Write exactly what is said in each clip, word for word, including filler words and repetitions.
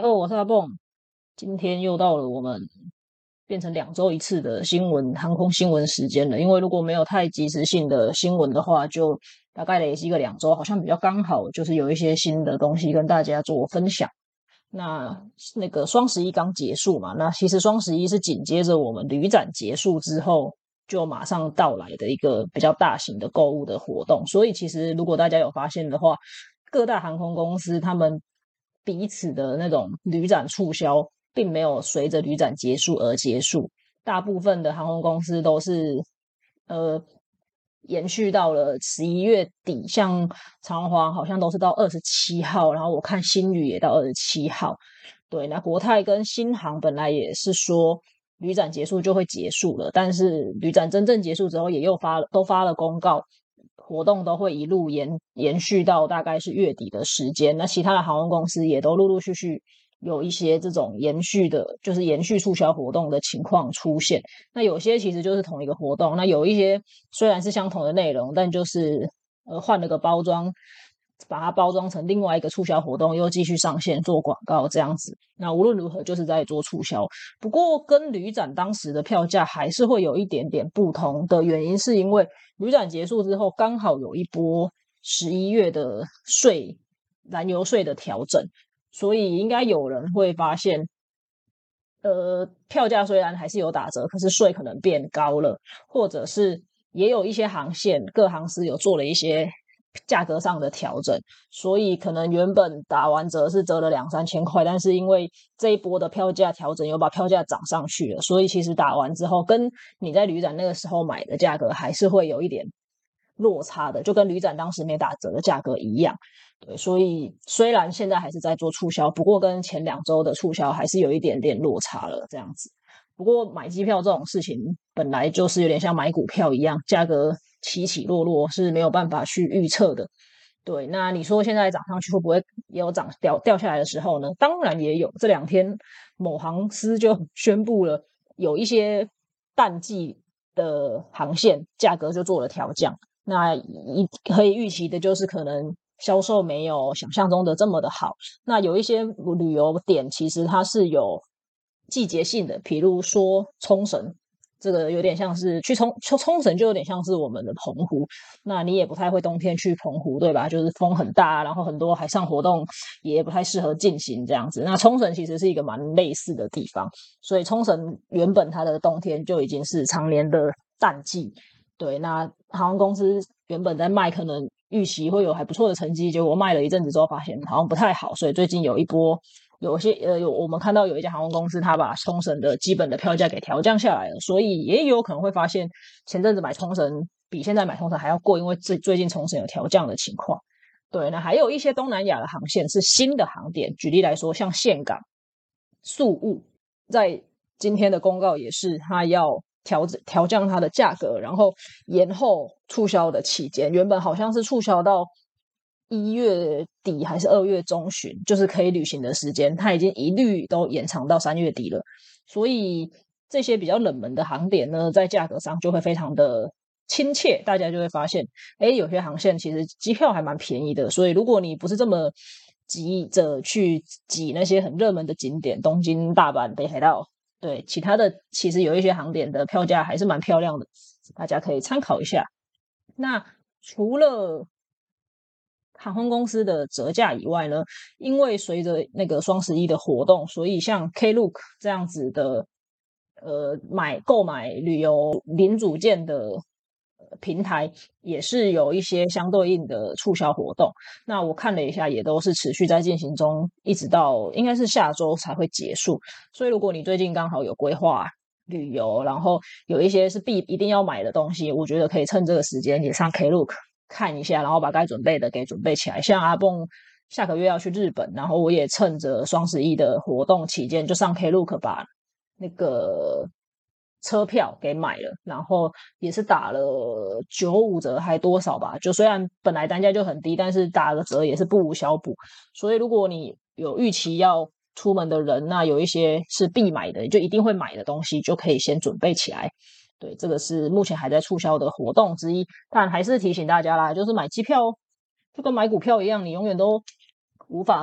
哦，我是阿蹦，今天又到了我们变成两周一次的新闻航空新闻时间了。因为如果没有太及时性的新闻的话，就大概累积个两周，好像比较刚好，就是有一些新的东西跟大家做分享。那那个双十一刚结束嘛，那其实双十一是紧接着我们旅展结束之后就马上到来的一个比较大型的购物的活动。所以其实如果大家有发现的话，各大航空公司他们彼此的那种旅展促销并没有随着旅展结束而结束，大部分的航空公司都是呃延续到了十一月底，像长华好像都是到二十七号，然后我看新旅也到二十七号。对，那国泰跟新航本来也是说旅展结束就会结束了，但是旅展真正结束之后也又发了都发了公告，活动都会一路延延续到大概是月底的时间。那其他的航空公司也都陆陆续续有一些这种延续的，就是延续促销活动的情况出现。那有些其实就是同一个活动，那有一些虽然是相同的内容，但就是呃换了个包装，把它包装成另外一个促销活动，又继续上线做广告这样子。那无论如何就是在做促销，不过跟旅展当时的票价还是会有一点点不同的原因，是因为旅展结束之后刚好有一波十一月的税燃油税的调整，所以应该有人会发现呃，票价虽然还是有打折，可是税可能变高了，或者是也有一些航线各航司有做了一些价格上的调整，所以可能原本打完折是折了两三千块，但是因为这一波的票价调整有把票价涨上去了，所以其实打完之后跟你在旅展那个时候买的价格还是会有一点落差的，就跟旅展当时没打折的价格一样。对，所以虽然现在还是在做促销，不过跟前两周的促销还是有一点点落差了这样子。不过买机票这种事情本来就是有点像买股票一样，价格起起落落是没有办法去预测的。对，那你说现在涨上去会不会也有涨掉掉下来的时候呢？当然也有。这两天某航司就宣布了，有一些淡季的航线价格就做了调降。那一可以预期的就是可能销售没有想象中的这么的好。那有一些旅游点其实它是有季节性的，比如说冲绳，这个有点像是去冲冲绳就有点像是我们的澎湖，那你也不太会冬天去澎湖，对吧？就是风很大，然后很多海上活动也不太适合进行这样子。那冲绳其实是一个蛮类似的地方，所以冲绳原本它的冬天就已经是常年的淡季。对，那航空公司原本在卖，可能预期会有还不错的成绩，结果卖了一阵子之后，发现好像不太好，所以最近有一波，有些呃有我们看到有一家航空公司，它把冲绳的基本的票价给调降下来了，所以也有可能会发现前阵子买冲绳比现在买冲绳还要贵，因为最最近冲绳有调降的情况。对，那还有一些东南亚的航线是新的航点，举例来说，像岘港、宿务，在今天的公告也是，它要调调降它的价格，然后延后促销的期间，原本好像是促销到一月底还是二月中旬，就是可以旅行的时间，它已经一律都延长到三月底了。所以这些比较冷门的航点呢，在价格上就会非常的亲切，大家就会发现，哎，有些航线其实机票还蛮便宜的。所以如果你不是这么急着去挤那些很热门的景点，东京、大阪、北海道，对，其他的其实有一些航点的票价还是蛮漂亮的，大家可以参考一下。那除了航空公司的折价以外呢，因为随着那个双十一的活动，所以像 Klook 这样子的呃买购买旅游零组件的平台也是有一些相对应的促销活动。那我看了一下，也都是持续在进行中，一直到应该是下周才会结束。所以如果你最近刚好有规划旅游，然后有一些是必一定要买的东西，我觉得可以趁这个时间也上 Klook 看一下，然后把该准备的给准备起来。像阿蹦下个月要去日本，然后我也趁着双十一的活动期间，就上 Klook 把那个车票给买了，然后也是打了九五折还多少吧，就虽然本来单价就很低，但是打个折也是不无小补。所以如果你有预期要出门的人，那有一些是必买的，就一定会买的东西，就可以先准备起来。对，这个是目前还在促销的活动之一，但还是提醒大家啦，就是买机票就跟买股票一样，你永远都无法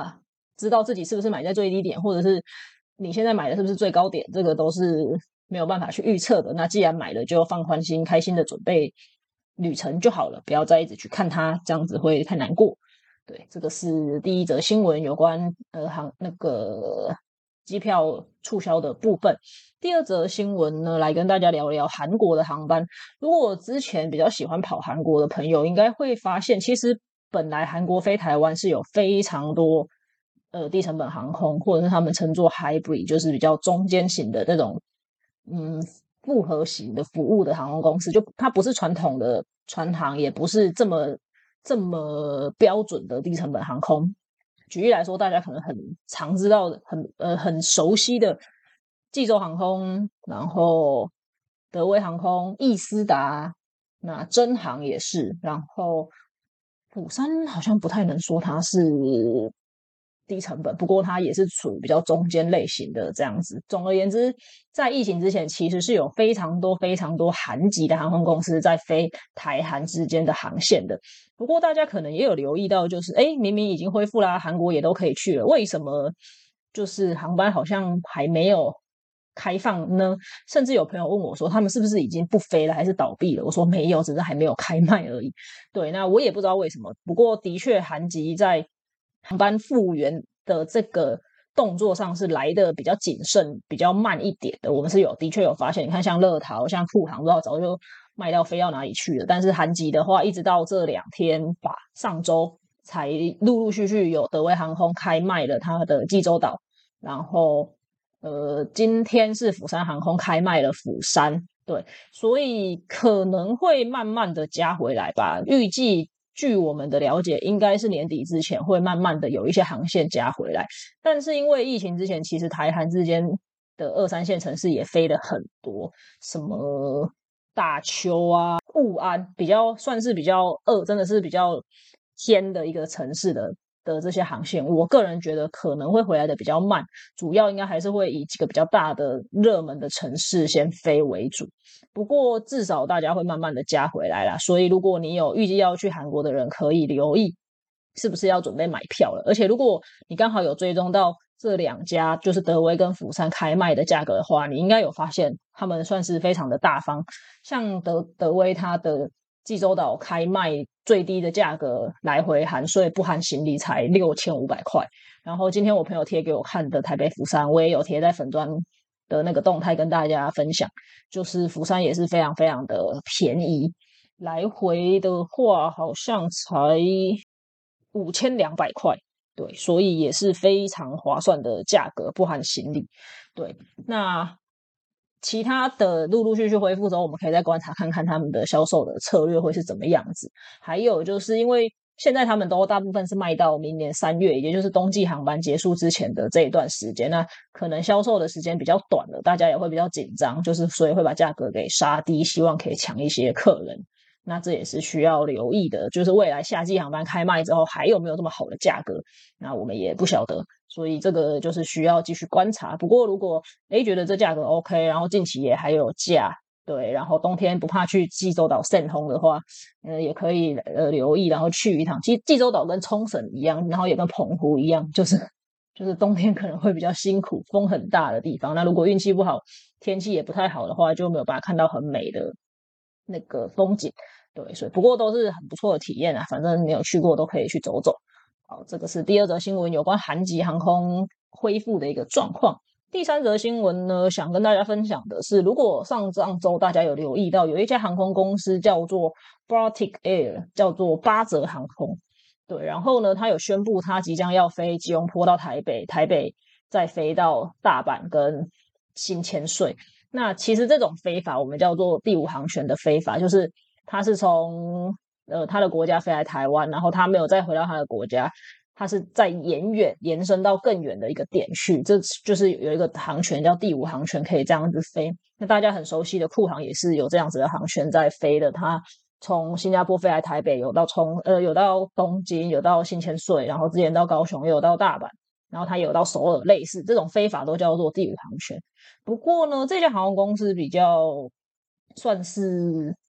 知道自己是不是买在最低点，或者是你现在买的是不是最高点，这个都是没有办法去预测的。那既然买了，就放宽心，开心的准备旅程就好了，不要再一直去看它，这样子会太难过。对，这个是第一则新闻，有关呃航那个机票促销的部分。第二则新闻呢，来跟大家聊聊韩国的航班。如果之前比较喜欢跑韩国的朋友，应该会发现，其实本来韩国飞台湾是有非常多呃低成本航空，或者是他们称作 hybrid， 就是比较中间型的这种嗯复合型的服务的航空公司，就它不是传统的船航，也不是这么这么标准的低成本航空。举例来说，大家可能很常知道的、很呃很熟悉的济州航空，然后德威航空、易思达，那真航也是，然后釜山好像不太能说它是低成本，不过它也是属于比较中间类型的这样子。总而言之，在疫情之前，其实是有非常多非常多韩籍的航空公司在飞台韩之间的航线的。不过大家可能也有留意到，就是哎，明明已经恢复啦，韩国也都可以去了，为什么就是航班好像还没有开放呢？甚至有朋友问我说，他们是不是已经不飞了，还是倒闭了？我说没有，只是还没有开卖而已。对，那我也不知道为什么，不过的确韩籍在航班复原的这个动作上是来的比较谨慎、比较慢一点的。我们是有的确有发现，你看像乐桃、像富航，不知道早就卖到飞到哪里去了。但是韩籍的话，一直到这两天吧，上周才陆陆续续有德威航空开卖了它的济州岛，然后呃，今天是釜山航空开卖了釜山，对，所以可能会慢慢的加回来吧。预计据我们的了解，应该是年底之前会慢慢的有一些航线加回来。但是因为疫情之前，其实台韩之间的二三线城市也飞了很多，什么大邱啊、雾安，比较算是比较二，真的是比较偏的一个城市的的这些航线，我个人觉得可能会回来的比较慢，主要应该还是会以几个比较大的热门的城市先飞为主。不过至少大家会慢慢的加回来啦，所以如果你有预计要去韩国的人，可以留意是不是要准备买票了。而且如果你刚好有追踪到这两家就是德威跟釜山开卖的价格的话，你应该有发现他们算是非常的大方。像德德威它的济州岛开卖最低的价格来回含税不含行李才六千五百块，然后今天我朋友贴给我看的台北釜山，我也有贴在粉专的那个动态跟大家分享，就是釜山也是非常非常的便宜，来回的话好像才五千两百块，对，所以也是非常划算的价格，不含行李。对，那其他的陆陆续续恢复之后，我们可以再观察看看他们的销售的策略会是怎么样子。还有就是因为现在他们都大部分是卖到明年三月，也就是冬季航班结束之前的这一段时间，那可能销售的时间比较短了，大家也会比较紧张，就是所以会把价格给杀低，希望可以抢一些客人。那这也是需要留意的，就是未来夏季航班开卖之后还有没有这么好的价格，那我们也不晓得，所以这个就是需要继续观察。不过如果诶觉得这价格 OK， 然后近期也还有价，对，然后冬天不怕去济州岛散通的话，呃，也可以呃留意，然后去一趟。其实济州岛跟冲绳一样，然后也跟澎湖一样，就是就是冬天可能会比较辛苦，风很大的地方。那如果运气不好，天气也不太好的话，就没有办法看到很美的那个风景。对，所以不过都是很不错的体验啊，反正没有去过都可以去走走。好，这个是第二则新闻，有关韩籍航空恢复的一个状况。第三则新闻呢，想跟大家分享的是，如果上上周大家有留意到，有一家航空公司叫做 Baltic Air， 叫做巴泽航空。对，然后呢，他有宣布他即将要飞吉隆坡到台北，台北再飞到大阪跟新千岁。那其实这种飞法我们叫做第五航权的飞法，就是他是从呃他的国家飞来台湾，然后他没有再回到他的国家，他是在延远延伸到更远的一个点去，这就是有一个航权叫第五航权可以这样子飞。那大家很熟悉的酷航也是有这样子的航权在飞的，它从新加坡飞来台北，有到冲呃有到东京，有到新千岁，然后之前到高雄，又有到大阪，然后它有到首尔，类似这种飞法都叫做第五航权。不过呢，这家航空公司比较算是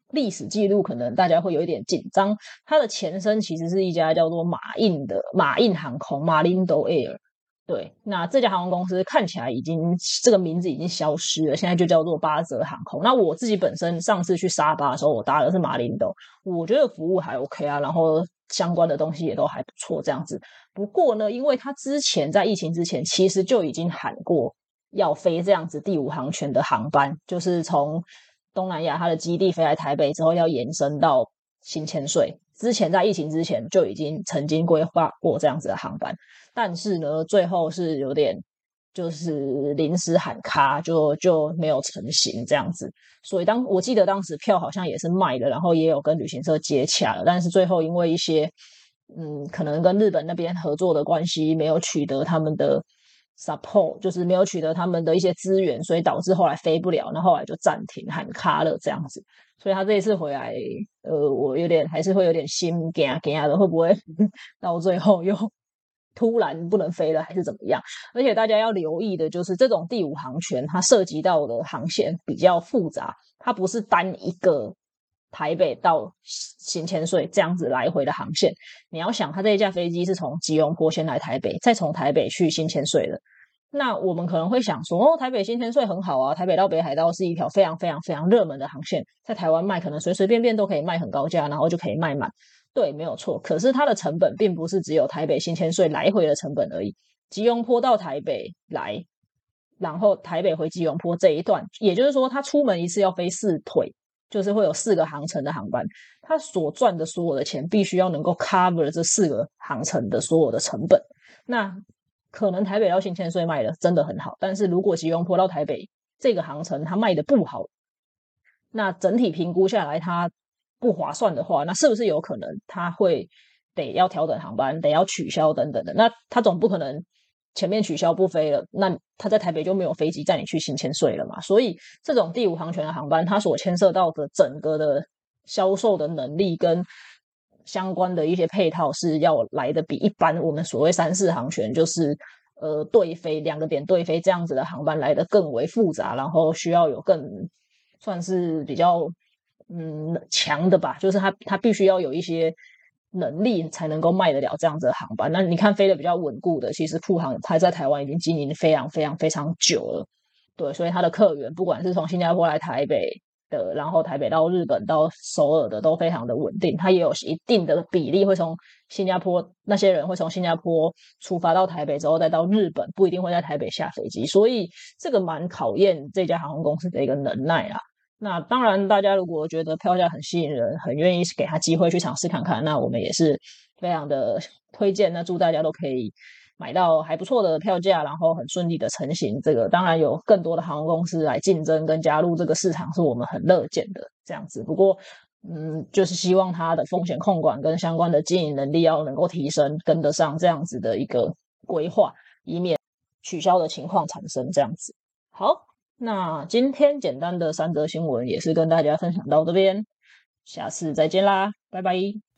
历史记录可能大家会有一点紧张。它的前身其实是一家叫做马印的马印航空 （Marindo Air）。对，那这家航空公司看起来已经这个名字已经消失了，现在就叫做巴泽航空。那我自己本身上次去沙巴的时候，我搭的是马林斗，我觉得服务还 OK 啊，然后相关的东西也都还不错这样子。不过呢，因为他之前在疫情之前其实就已经喊过要飞这样子第五航权的航班，就是从东南亚它的基地飞来台北之后要延伸到新千岁。之前在疫情之前就已经曾经规划过这样子的航班，但是呢，最后是有点就是临时喊卡，就就没有成型这样子。所以当我记得当时票好像也是卖了，然后也有跟旅行社接洽了，但是最后因为一些嗯，可能跟日本那边合作的关系，没有取得他们的 support， 就是没有取得他们的一些资源，所以导致后来飞不了，然后后来就暂停喊卡了这样子。所以他这一次回来，呃，我有点还是会有点心惊惊的，会不会到最后又突然不能飞了，还是怎么样？而且大家要留意的就是，这种第五航权它涉及到的航线比较复杂，它不是单一个台北到新千岁这样子来回的航线。你要想，它这一架飞机是从吉隆坡先来台北，再从台北去新千岁的。那我们可能会想说，哦，台北新千岁很好啊，台北到北海道是一条非常非常非常热门的航线，在台湾卖可能随随便便都可以卖很高价，然后就可以卖满。对，没有错。可是它的成本并不是只有台北新千岁来回的成本而已，吉隆坡到台北来，然后台北回吉隆坡这一段，也就是说，他出门一次要飞四腿，就是会有四个航程的航班，他所赚的所有的钱必须要能够 cover 这四个航程的所有的成本。那可能台北到新千岁卖的真的很好，但是如果吉隆坡到台北这个航程它卖的不好，那整体评估下来它不划算的话，那是不是有可能它会得要调整航班，得要取消等等的？那它总不可能前面取消不飞了，那它在台北就没有飞机载你去新千岁了嘛？所以这种第五航权的航班，它所牵涉到的整个的销售的能力跟相关的一些配套是要来的比一般我们所谓三四航权，就是呃对飞两个点对飞这样子的航班来的更为复杂，然后需要有更算是比较嗯强的吧，就是它它必须要有一些能力才能够卖得了这样子的航班。那你看飞得比较稳固的，其实库航它在台湾已经经营非常非常非常久了，对，所以它的客源不管是从新加坡来台北的，然后台北到日本到首尔的都非常的稳定，它也有一定的比例会从新加坡，那些人会从新加坡出发到台北之后再到日本，不一定会在台北下飞机，所以这个蛮考验这家航空公司的一个能耐啦。那当然大家如果觉得票价很吸引人，很愿意给他机会去尝试看看，那我们也是非常的推荐，那祝大家都可以买到还不错的票价，然后很顺利的成型。这个当然有更多的航空公司来竞争跟加入这个市场，是我们很乐见的这样子。不过，嗯，就是希望它的风险控管跟相关的经营能力要能够提升，跟得上这样子的一个规划，以免取消的情况产生这样子。好，那今天简单的三则新闻也是跟大家分享到这边，下次再见啦，拜拜。